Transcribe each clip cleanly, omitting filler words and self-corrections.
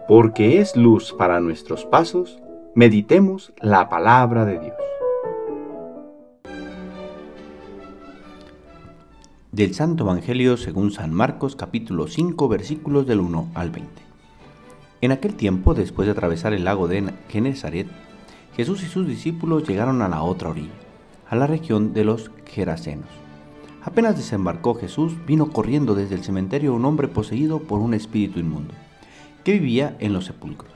porque es luz para nuestros pasos, meditemos la palabra de Dios. Del Santo Evangelio según San Marcos, capítulo 5, versículos del 1 al 20. En aquel tiempo, después de atravesar el lago de Genesaret, Jesús y sus discípulos llegaron a la otra orilla, a la región de los Gerasenos. Apenas desembarcó Jesús, vino corriendo desde el cementerio un hombre poseído por un espíritu inmundo, que vivía en los sepulcros.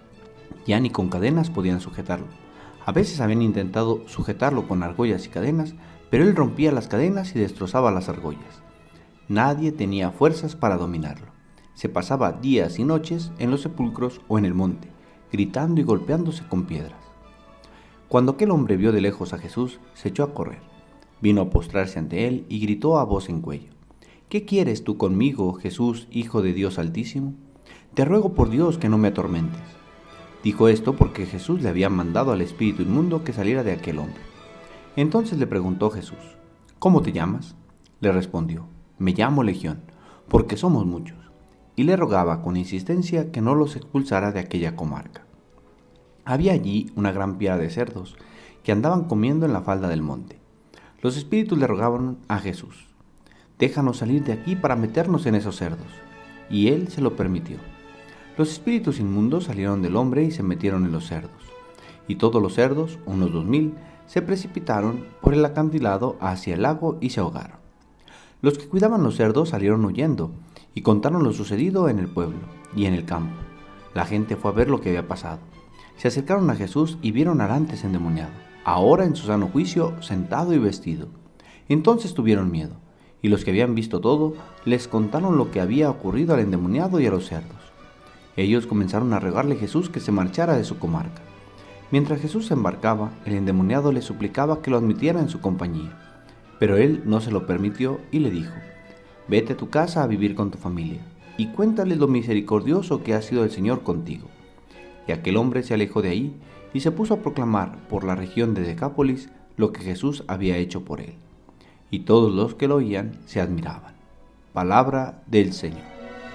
Ya ni con cadenas podían sujetarlo. A veces habían intentado sujetarlo con argollas y cadenas, pero él rompía las cadenas y destrozaba las argollas. Nadie tenía fuerzas para dominarlo. Se pasaba días y noches en los sepulcros o en el monte, gritando y golpeándose con piedras. Cuando aquel hombre vio de lejos a Jesús, se echó a correr. Vino a postrarse ante él y gritó a voz en cuello: ¿Qué quieres tú conmigo, Jesús, Hijo de Dios Altísimo? Te ruego por Dios que no me atormentes. Dijo esto porque Jesús le había mandado al espíritu inmundo que saliera de aquel hombre. Entonces le preguntó Jesús: ¿Cómo te llamas? Le respondió: Me llamo Legión, porque somos muchos. Y le rogaba con insistencia que no los expulsara de aquella comarca. Había allí una gran piara de cerdos que andaban comiendo en la falda del monte. Los espíritus le rogaban a Jesús: Déjanos salir de aquí para meternos en esos cerdos. Y él se lo permitió. Los espíritus inmundos salieron del hombre y se metieron en los cerdos. Y todos los cerdos, unos 2000, se precipitaron por el acantilado hacia el lago y se ahogaron. Los que cuidaban los cerdos salieron huyendo y contaron lo sucedido en el pueblo y en el campo. La gente fue a ver lo que había pasado. Se acercaron a Jesús y vieron al antes endemoniado, ahora en su sano juicio, sentado y vestido. Entonces tuvieron miedo, y los que habían visto todo les contaron lo que había ocurrido al endemoniado y a los cerdos. Ellos comenzaron a rogarle a Jesús que se marchara de su comarca. Mientras Jesús se embarcaba, el endemoniado le suplicaba que lo admitiera en su compañía. Pero él no se lo permitió y le dijo: Vete a tu casa a vivir con tu familia, y cuéntale lo misericordioso que ha sido el Señor contigo. Y aquel hombre se alejó de ahí y se puso a proclamar por la región de Decápolis lo que Jesús había hecho por él. Y todos los que lo oían se admiraban. Palabra del Señor.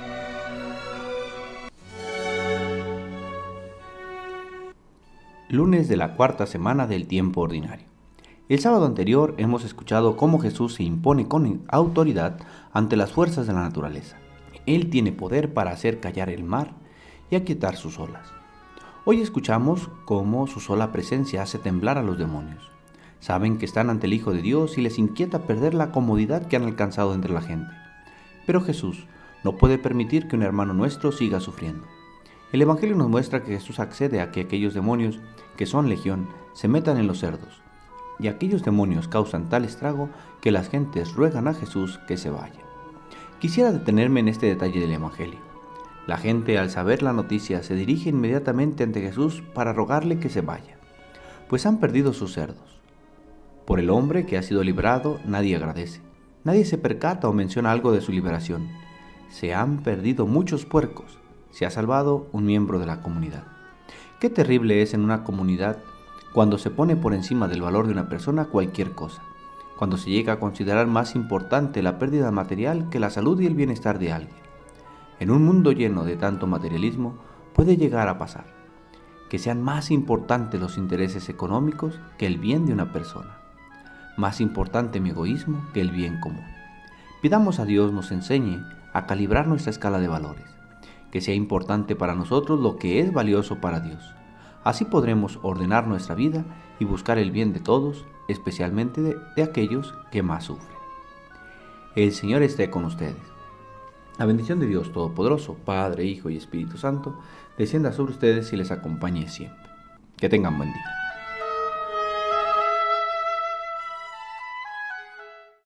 Lunes de la cuarta semana del tiempo ordinario. El sábado anterior hemos escuchado cómo Jesús se impone con autoridad ante las fuerzas de la naturaleza. Él tiene poder para hacer callar el mar y aquietar sus olas. Hoy escuchamos cómo su sola presencia hace temblar a los demonios. Saben que están ante el Hijo de Dios y les inquieta perder la comodidad que han alcanzado entre la gente. Pero Jesús no puede permitir que un hermano nuestro siga sufriendo. El Evangelio nos muestra que Jesús accede a que aquellos demonios, que son legión, se metan en los cerdos. Y aquellos demonios causan tal estrago que las gentes ruegan a Jesús que se vaya. Quisiera detenerme en este detalle del Evangelio. La gente, al saber la noticia, se dirige inmediatamente ante Jesús para rogarle que se vaya, pues han perdido sus cerdos. Por el hombre que ha sido librado, nadie agradece. Nadie se percata o menciona algo de su liberación. Se han perdido muchos puercos. Se ha salvado un miembro de la comunidad. Qué terrible es en una comunidad cuando se pone por encima del valor de una persona cualquier cosa, cuando se llega a considerar más importante la pérdida material que la salud y el bienestar de alguien. En un mundo lleno de tanto materialismo puede llegar a pasar que sean más importantes los intereses económicos que el bien de una persona, más importante mi egoísmo que el bien común. Pidamos a Dios nos enseñe a calibrar nuestra escala de valores, que sea importante para nosotros lo que es valioso para Dios. Así podremos ordenar nuestra vida y buscar el bien de todos, especialmente de aquellos que más sufren. El Señor esté con ustedes. La bendición de Dios Todopoderoso, Padre, Hijo y Espíritu Santo, descienda sobre ustedes y les acompañe siempre. Que tengan buen día.